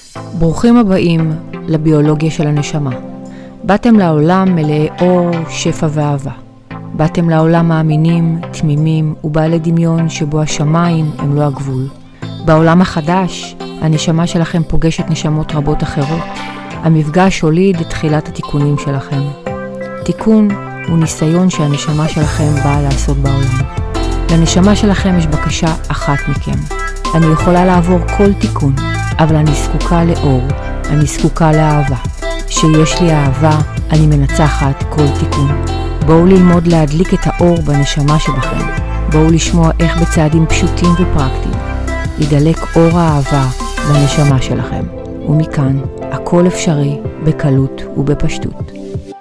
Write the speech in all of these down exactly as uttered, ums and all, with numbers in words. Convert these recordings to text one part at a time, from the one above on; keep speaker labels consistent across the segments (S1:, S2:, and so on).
S1: ברוכים הבאים לביולוגיה של הנשמה. באתם לעולם מלאי אור, שפע ואהבה. באתם לעולם מאמינים, תמימים ובעלי דמיון שבו השמיים הם לא הגבול. בעולם החדש, הנשמה שלכם פוגשת נשמות רבות אחרות. המפגש הוליד את תחילת התיקונים שלכם. תיקון הוא ניסיון שהנשמה שלכם באה לעשות בעולם. לנשמה שלכם יש בקשה אחת מכם. אני יכולה לעבור כל תיקון, אבל אני זקוקה לאור, אני זקוקה לאהבה. שיש לי אהבה, אני מנצחת כל תיקון. בואו ללמוד להדליק את האור בנשמה שבכם. בואו לשמוע איך בצעדים פשוטים ופרקטיים ידלק אור האהבה בנשמה שלכם. ומכאן, הכל אפשרי בקלות ובפשטות.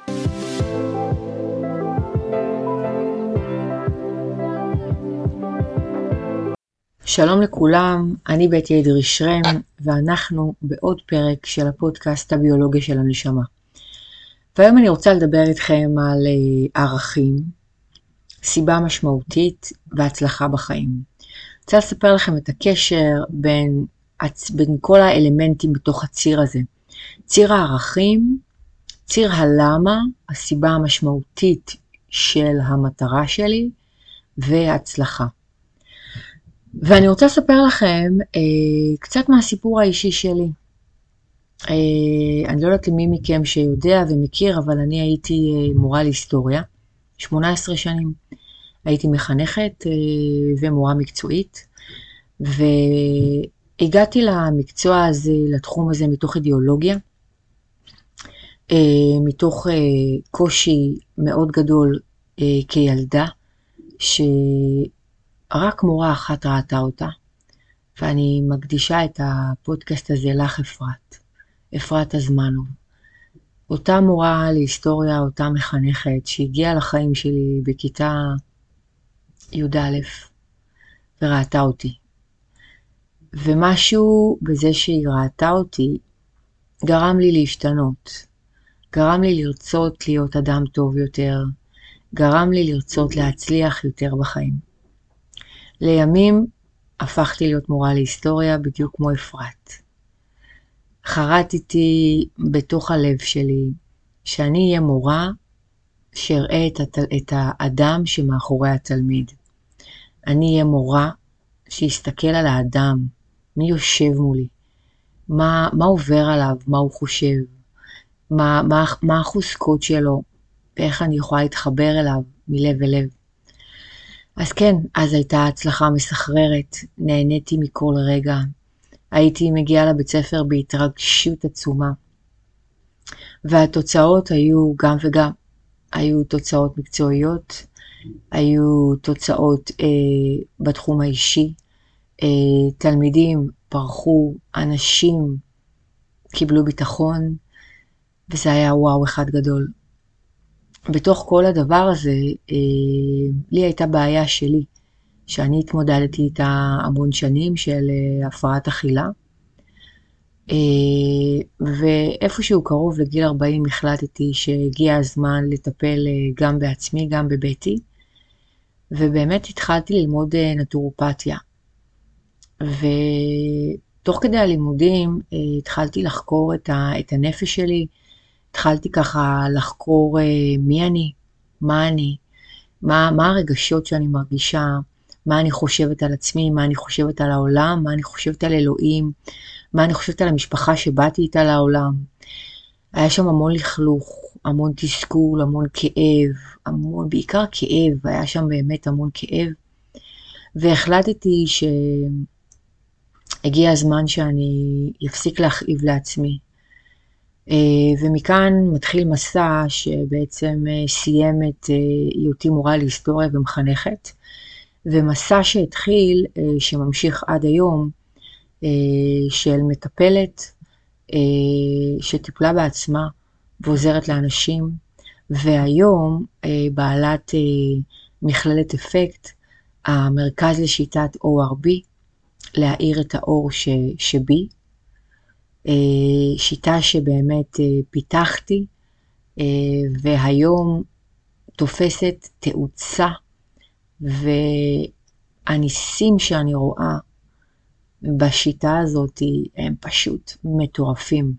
S1: שלום לכולם, אני בית ידרי שרם, ואנחנו בעוד פרק של הפודקאסט הביולוגיה של הנשמה. והיום אני רוצה לדבר איתכם על ערכים, סיבה משמעותית והצלחה בחיים. אני רוצה לספר לכם את הקשר בין, בין כל האלמנטים בתוך הציר הזה. ציר הערכים, ציר הלמה, הסיבה המשמעותית של המטרה שלי והצלחה. ואני רוצה לספר לכם אה, קצת מהסיפור האישי שלי. אה, אני לא יודעת למי מכם שיודע ומכיר, אבל אני הייתי אה, מורה להיסטוריה, שמונה עשרה שנים. הייתי מחנכת אה, ומורה מקצועית, והגעתי למקצוע הזה, לתחום הזה מתוך אידיאולוגיה, אה, מתוך אה, קושי מאוד גדול אה, כילדה, ש... רק מורה אחת ראתה אותה, ואני מקדישה את הפודקאסט הזה לך אפרת, אפרת הזמנוב. אותה מורה להיסטוריה, אותה מחנכת שהגיעה לחיים שלי בכיתה י"א וראתה אותי. ומשהו בזה שהיא ראתה אותי גרם לי להשתנות, גרם לי לרצות להיות אדם טוב יותר, גרם לי לרצות להצליח יותר בחיים. לימים הפכתי להיות מורה להיסטוריה בדיוק כמו אפרת. חרטתי בתוך הלב שלי שאני אהיה מורה שאראה את, הת... את האדם שמאחורי התלמיד. אני אהיה מורה שיסתכל על האדם, מי יושב מולי, מה, מה עובר עליו, מה הוא חושב, מה, מה, מה החוזקות שלו, ואיך אני יכולה להתחבר אליו מלב אל לב. אז כן, אז הייתה הצלחה מסחררת, נהניתי מכל רגע, הייתי מגיעה לבית ספר בהתרגשות עצומה, והתוצאות היו גם וגם, היו תוצאות מקצועיות, היו תוצאות אה, בתחום האישי, אה, תלמידים פרחו, אנשים קיבלו ביטחון, וזה היה וואו אחד גדול. בתוך כל הדבר הזה, אה, לי הייתה בעיה שלי, שאני התמודדתי איתה המון שנים של אה, הפרעת אכילה, אה, ואיפשהו קרוב לגיל ארבעים החלטתי שהגיע הזמן לטפל אה, גם בעצמי, גם בביתי, ובאמת התחלתי ללמוד אה, נטורופתיה. ותוך כדי הלימודים אה, התחלתי לחקור את, ה, את הנפש שלי, התחלתי ככה לחקור מי אני, מה אני, מה, מה הרגשות שאני מרגישה, מה אני חושבת על עצמי, מה אני חושבת על העולם, מה אני חושבת על אלוהים, מה אני חושבת על המשפחה שבאתי איתה לעולם. היה שם המון לכלוך, המון תסכול, המון כאב, המון, בעיקר כאב, היה שם באמת המון כאב. והחלטתי שהגיע הזמן שאני אפסיק להכאיב לעצמי. ומכאן מתחיל מסע שבעצם סיים את היותי מורה להיסטוריה ומחנכת, ומסע שהתחיל, שממשיך עד היום, של מטפלת שטיפלה בעצמה ועוזרת לאנשים, והיום בעלת מכללת אפקט, המרכז לשיטת או אר בי, להאיר את האור ש, שבי, שיטה שבאמת פיתחתי, והיום תופסת תאוצה, והניסים שאני רואה בשיטה הזאת הם פשוט מטורפים.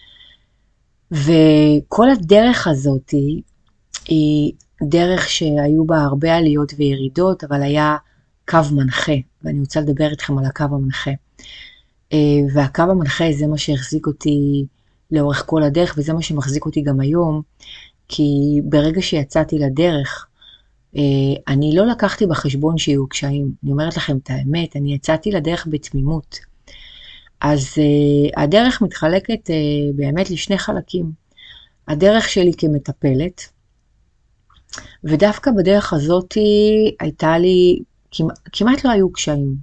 S1: וכל הדרך הזאת היא דרך שהיו בה הרבה עליות וירידות, אבל היה קו מנחה, ואני רוצה לדבר איתכם על הקו המנחה. והקו המנחה זה מה שהחזיק אותי לאורך כל הדרך, וזה מה שמחזיק אותי גם היום, כי ברגע שיצאתי לדרך, אני לא לקחתי בחשבון שיהיו קשיים. אני אומרת לכם את האמת, אני יצאתי לדרך בתמימות. אז הדרך מתחלקת באמת לשני חלקים. הדרך שלי כמטפלת, ודווקא בדרך הזאת הייתה לי, כמעט לא היו קשיים.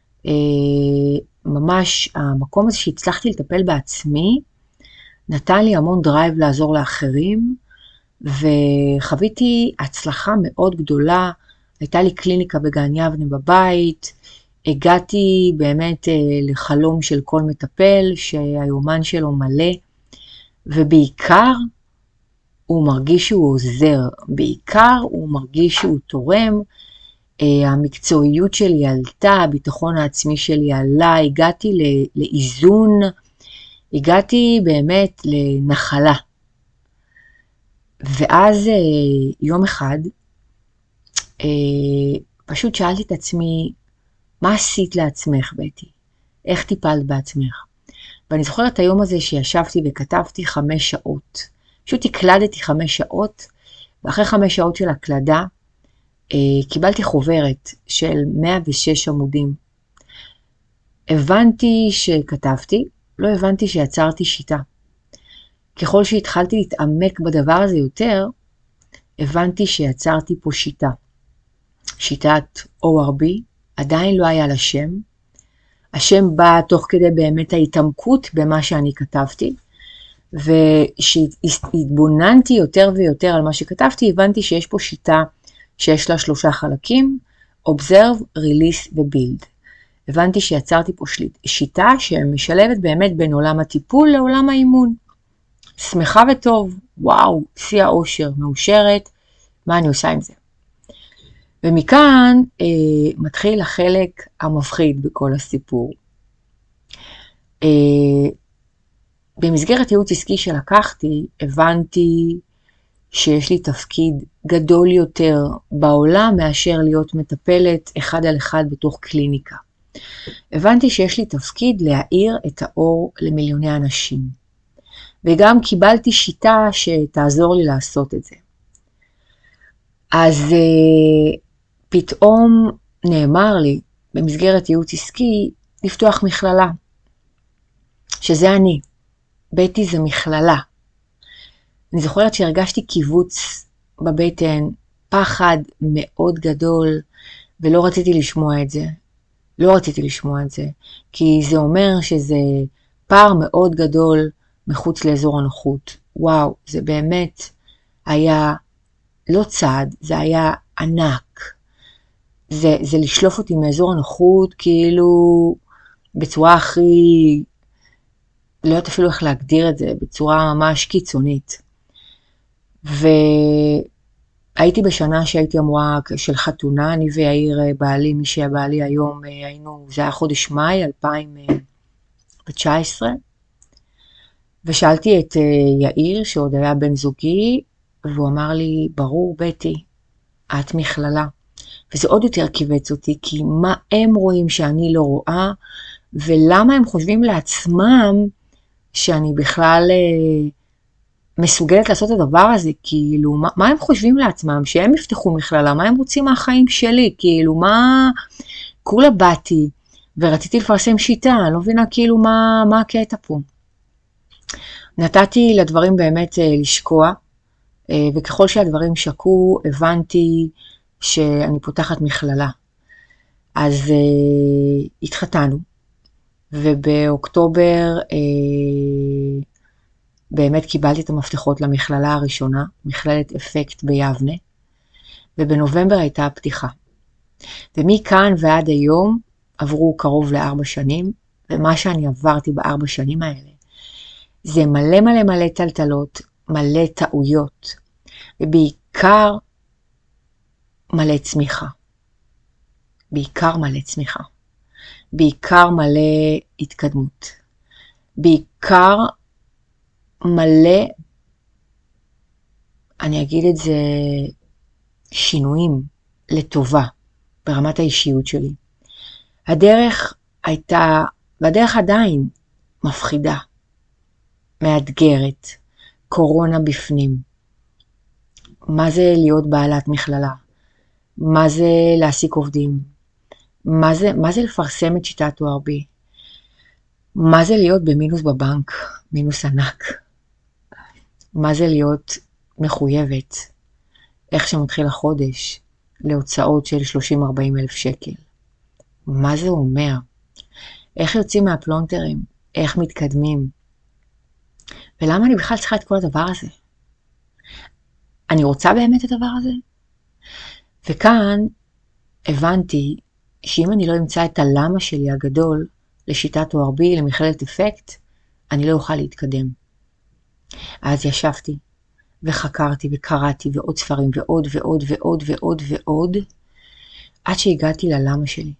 S1: ממש המקום הזה שהצלחתי לטפל בעצמי, נתן לי המון דרייב לעזור לאחרים, וחוויתי הצלחה מאוד גדולה. הייתה לי קליניקה בגן יבנה בבית, הגעתי באמת לחלום של כל מטפל, שהיומן שלו מלא, ובעיקר הוא מרגיש שהוא עוזר, בעיקר הוא מרגיש שהוא תורם, המקצועיות שלי עלתה, הביטחון העצמי שלי עלה, הגעתי לאיזון, הגעתי באמת לנחלה. ואז יום אחד, פשוט שאלתי את עצמי, מה עשית לעצמך בטי? איך טיפלת בעצמך? ואני זוכרת את היום הזה שישבתי וכתבתי חמש שעות. פשוט הקלדתי חמש שעות, ואחרי חמש שעות של הקלדה, קיבלתי חוברת של מאה ושש עמודים. הבנתי שכתבתי, לא הבנתי שיצרתי שיטה. ככל שהתחלתי להתעמק בדבר הזה יותר, הבנתי שיצרתי פה שיטה. שיטת או אר בי, עדיין לא היה לה שם. השם בא תוך כדי באמת ההתעמקות במה שאני כתבתי, ושהתבוננתי יותר ויותר על מה שכתבתי, הבנתי שיש פה שיטה שיש לה שלושה חלקים, Observe, Release ו-Build. הבנתי שיצרתי פה שיטה שמשלבת באמת בין עולם הטיפול לעולם האימון. שמחה וטוב, וואו, שיא האושר, מאושרת, מה אני עושה עם זה? ומכאן אה, מתחיל החלק המפחיד בכל הסיפור. אה, במסגרת ייעוץ עסקי שלקחתי, הבנתי שיש לי תפקיד גדול יותר בעולם מאשר להיות מטפלת אחד על אחד בתוך קליניקה. הבנתי שיש לי תפקיד להאיר את האור למיליוני אנשים. וגם קיבלתי שיטה שתעזור לי לעשות את זה. אז uh, פתאום נאמר לי במסגרת ייעוץ עסקי לפתוח מכללה. שזה אני. בטי זה מכללה. אני זוכרת שהרגשתי קיבוץ בבטן, פחד מאוד גדול, ולא רציתי לשמוע את זה. לא רציתי לשמוע את זה, כי זה אומר שזה פער מאוד גדול מחוץ לאזור הנוחות. וואו, זה באמת היה לא צעד, זה היה ענק. זה, זה לשלוף אותי מאזור הנוחות, כאילו בצורה הכי, לא יודעת אפילו איך להגדיר את זה, בצורה ממש קיצונית. והייתי בשנה שהייתי אמורה של חתונה, אני ויאיר בעלי, מי שהיה בעלי היום, היינו, זה היה חודש מאי אלפיים תשע עשרה, ושאלתי את יאיר, שעוד היה בן זוגי, והוא אמר לי, ברור בטי, את מכללה. וזה עוד יותר קיבץ אותי, כי מה הם רואים שאני לא רואה, ולמה הם חושבים לעצמם שאני בכלל אה, מסוגלת לעשות את הדבר הזה, כאילו, מה, מה הם חושבים לעצמם? שהם יפתחו מכללה, מה הם רוצים מהחיים שלי? כאילו, מה, כולה באתי, ורציתי לפרסם שיטה, אני לא מבינה כאילו מה, מה הקטע פה. נתתי לדברים באמת לשקוע, וככל שהדברים שקעו, הבנתי שאני פותחת מכללה. אז uh, התחתנו, ובאוקטובר uh, באמת קיבלתי את המפתחות למכללה הראשונה, מכללת אפקט ביבנה, ובנובמבר הייתה הפתיחה. ומכאן ועד היום עברו קרוב לארבע שנים, ומה שאני עברתי בארבע שנים האלה, זה מלא מלא מלא טלטלות, מלא טעויות, ובעיקר מלא צמיחה. בעיקר מלא צמיחה. בעיקר מלא התקדמות, בעיקר מלא, אני אגיד את זה, שינויים לטובה ברמת האישיות שלי. הדרך הייתה, והדרך עדיין מפחידה, מאתגרת, קורונה בפנים. מה זה להיות בעלת מכללה? מה זה להעסיק עובדים? מה זה, מה זה לפרסם את שיטת או אר בי? מה זה להיות במינוס בבנק, מינוס ענק? מה זה להיות מחויבת, איך שמתחיל החודש, להוצאות של שלושים ארבעים אלף שקל? מה זה אומר? איך יוצאים מהפלונטרים? איך מתקדמים? ולמה אני בכלל צריכה את כל הדבר הזה? אני רוצה באמת את הדבר הזה? וכאן הבנתי שאם אני לא אמצא את הלמה שלי הגדול לשיטת או אר בי, למכללת אפקט, אני לא אוכל להתקדם. אז ישבתי וחקרתי וקראתי ועוד ספרים ועוד ועוד ועוד ועוד ועוד, עד שהגעתי ללמה שלי.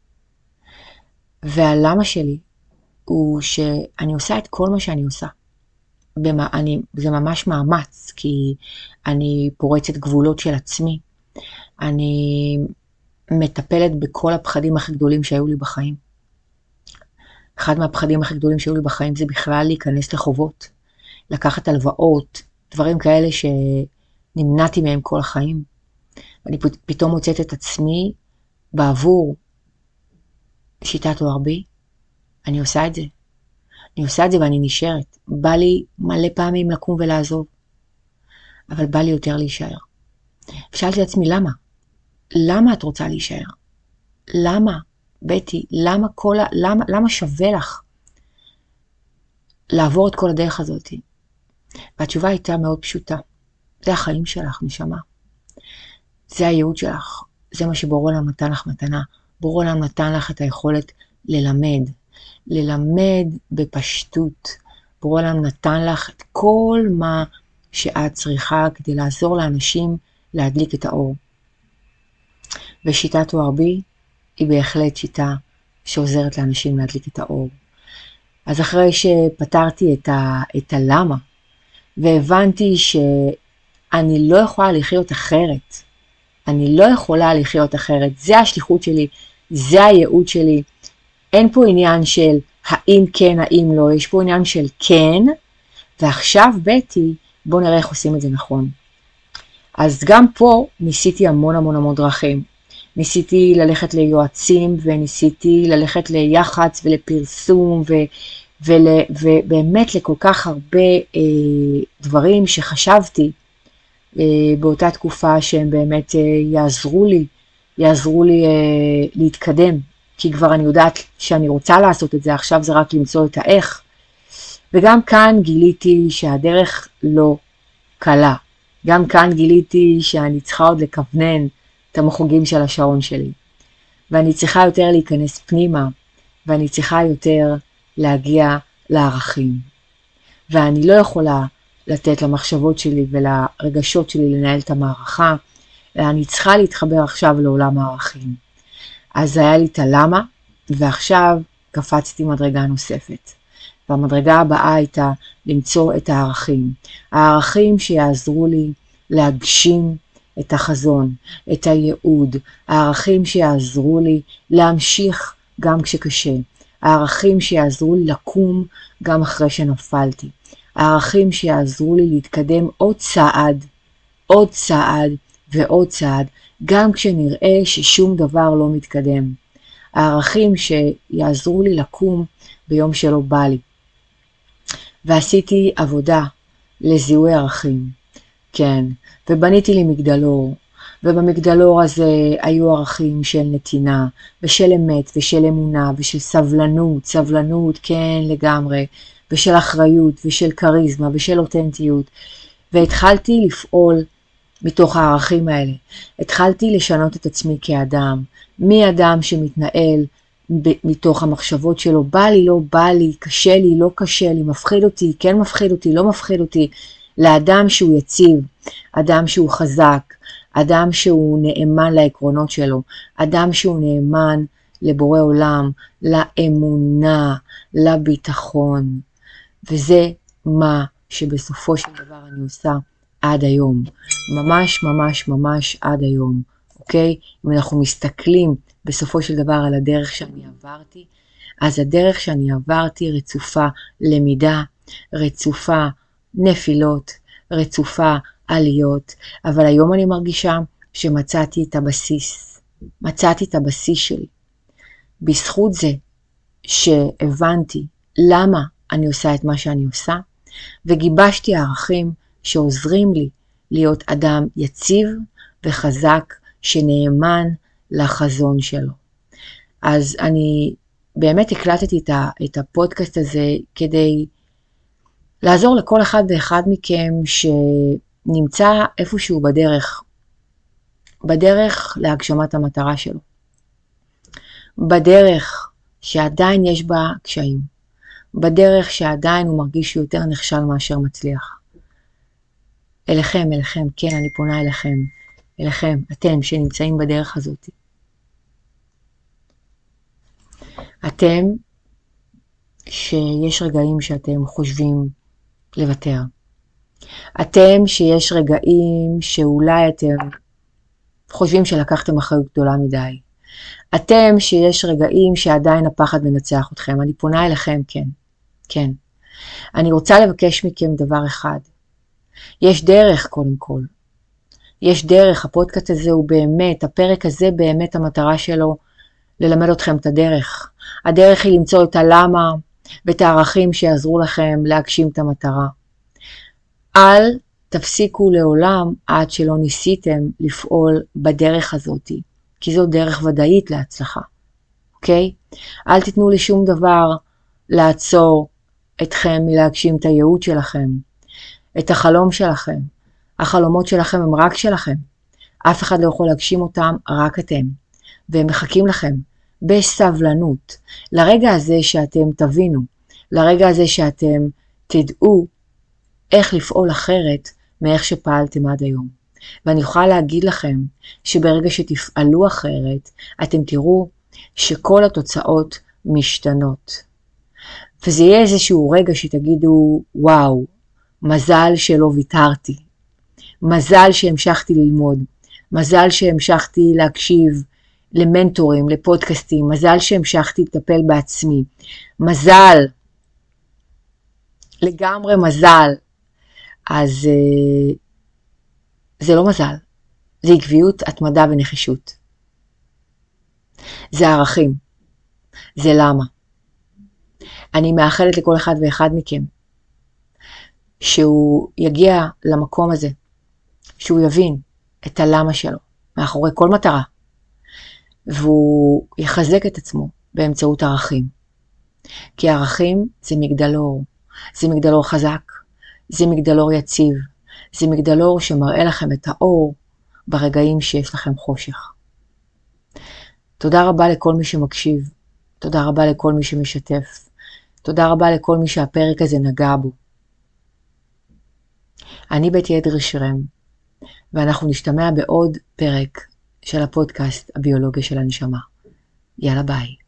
S1: והלמה שלי הוא שאני עושה את כל מה שאני עושה. במה, אני, זה ממש מאמץ, כי אני פורצת גבולות של עצמי. אני מטפלת בכל הפחדים הכי גדולים שהיו לי בחיים. אחד מהפחדים הכי גדולים שהיו לי בחיים זה בכלל להיכנס לחובות, לקחת הלוואות, דברים כאלה שנמנעתי מהם כל החיים. אני פתאום מוצאת את עצמי בעבור שיטת או אר בי. אני עושה את זה. אני עושה את זה ואני נשארת. בא לי מלא פעמים לקום ולעזוב, אבל בא לי יותר להישאר. ושאלתי את עצמי, למה? למה את רוצה להישאר? למה, בטי, למה, כל ה... למה, למה שווה לך לעבור את כל הדרך הזאת? והתשובה הייתה מאוד פשוטה. זה החיים שלך, נשמה. זה הייעוד שלך. זה מה שבורא עולם נתן לך מתנה. בורא עולם נתן לך את היכולת ללמד. ללמד בפשטות. בורא עולם נתן לך את כל מה שאת צריכה כדי לעזור לאנשים להדליק את האור. ושיטת או אר בי היא בהחלט שיטה שעוזרת לאנשים להדליק את האור. אז אחרי שפתרתי את, ה, את הלמה, והבנתי שאני לא יכולה לחיות אחרת, אני לא יכולה לחיות אחרת, זה השליחות שלי, זה הייעוד שלי, אין פה עניין של האם כן, האם לא, יש פה עניין של כן, ועכשיו בטי, בוא נראה איך עושים את זה נכון. אז גם פה ניסיתי המון המון המון דרכים. ניסיתי ללכת ליועצים, וניסיתי ללכת ליח"צ ולפרסום, ו, ול, ובאמת לכל כך הרבה אה, דברים שחשבתי אה, באותה תקופה שהם באמת אה, יעזרו לי, יעזרו לי אה, להתקדם. כי כבר אני יודעת שאני רוצה לעשות את זה, עכשיו זה רק למצוא את האיך. וגם כאן גיליתי שהדרך לא קלה. גם כאן גיליתי שאני צריכה עוד לכוונן את המחוגים של השעון שלי. ואני צריכה יותר להיכנס פנימה, ואני צריכה יותר להגיע לערכים. ואני לא יכולה לתת למחשבות שלי ולרגשות שלי לנהל את המערכה, אלא אני צריכה להתחבר עכשיו לעולם הערכים. אז היה לי את הלמה, ועכשיו קפצתי מדרגה נוספת. והמדרגה הבאה הייתה למצוא את הערכים. הערכים שיעזרו לי להגשים את החזון, את הייעוד. הערכים שיעזרו לי להמשיך גם כשקשה. הערכים שיעזרו לי לקום גם אחרי שנפלתי. הערכים שיעזרו לי להתקדם עוד צעד, עוד צעד ועוד צעד, גם כשנראה ששום דבר לא מתקדם. הערכים שיעזרו לי לקום ביום שלא בא לי. ועשיתי עבודה לזיהוי ערכים, כן, ובניתי לי מגדלור, ובמגדלור הזה היו ערכים של נתינה, ושל אמת, ושל אמונה, ושל סבלנות, סבלנות, כן לגמרי, ושל אחריות, ושל קריזמה, ושל אותנטיות, והתחלתי לפעול מתוך הערכים האלה. התחלתי לשנות את עצמי כאדם, מי אדם שמתנהל מתוך המחשבות שלו, בא לי, לא בא לי, קשה לי, לא קשה לי, מפחיד אותי, כן מפחיד אותי, לא מפחיד אותי, לאדם שהוא יציב, אדם שהוא חזק, אדם שהוא נאמן לעקרונות שלו, אדם שהוא נאמן לבורא עולם, לאמונה, לביטחון. וזה מה שבסופו של דבר אני עושה עד היום. ממש ממש ממש עד היום. אוקיי? אם אנחנו מסתכלים בסופו של דבר על הדרך שאני עברתי, אז הדרך שאני עברתי רצופה למידה, רצופה נפילות, רצופה עליות, אבל היום אני מרגישה שמצאתי את הבסיס, מצאתי את הבסיס שלי. בזכות זה שהבנתי למה אני עושה את מה שאני עושה, וגיבשתי ערכים שעוזרים לי להיות אדם יציב וחזק, שנאמן לחזון שלו. אז אני באמת הקלטתי את הפודקאסט הזה כדי לעזור לכל אחד ואחד מכם שנמצא איפשהו בדרך, בדרך להגשמת המטרה שלו. בדרך שעדיין יש בה קשיים. בדרך שעדיין הוא מרגיש יותר נכשל מאשר מצליח. אליכם, אליכם, כן, אני פונה אליכם. אליכם, אתם שנמצאים בדרך הזאת. אתם שיש רגעים שאתם חושבים לוותר. אתם שיש רגעים שאולי אתם חושבים שלקחתם אחריות גדולה מדי. אתם שיש רגעים שעדיין הפחד מנצח אתכם. אני פונה אליכם, כן, כן. אני רוצה לבקש מכם דבר אחד. יש דרך קודם כל. יש דרך, הפודקאסט הזה הוא באמת, הפרק הזה באמת המטרה שלו ללמד אתכם את הדרך. הדרך היא למצוא את הלמה ואת הערכים שיעזרו לכם להגשים את המטרה. אל תפסיקו לעולם עד שלא ניסיתם לפעול בדרך הזאת, כי זו דרך ודאית להצלחה, אוקיי? אל תיתנו לשום דבר לעצור אתכם מלהגשים את הייעוד שלכם, את החלום שלכם. החלומות שלכם הם רק שלכם. אף אחד לא יכול להגשים אותם, רק אתם. והם מחכים לכם בסבלנות, לרגע הזה שאתם תבינו, לרגע הזה שאתם תדעו איך לפעול אחרת מאיך שפעלתם עד היום. ואני יכולה להגיד לכם שברגע שתפעלו אחרת, אתם תראו שכל התוצאות משתנות. וזה יהיה איזשהו רגע שתגידו, וואו, מזל שלא ויתרתי. מזל שהמשכתי ללמוד. מזל שהמשכתי להקשיב למנטורים, לפודקאסטים. מזל שהמשכתי לטפל בעצמי. מזל. לגמרי מזל. אז uh, זה לא מזל. זה עקביות, התמדה ונחישות. זה ערכים. זה למה. אני מאחלת לכל אחד ואחד מכם שהוא יגיע למקום הזה, שהוא יבין את הלמה שלו, מאחורי כל מטרה, והוא יחזק את עצמו באמצעות ערכים. כי ערכים זה מגדלור, זה מגדלור חזק, זה מגדלור יציב, זה מגדלור שמראה לכם את האור ברגעים שיש לכם חושך. תודה רבה לכל מי שמקשיב, תודה רבה לכל מי שמשתף, תודה רבה לכל מי שהפרק הזה נגע בו. אני בית ידר שרם, ואנחנו נשתמע בעוד פרק של הפודקאסט הביולוגיה של הנשמה. יאללה ביי.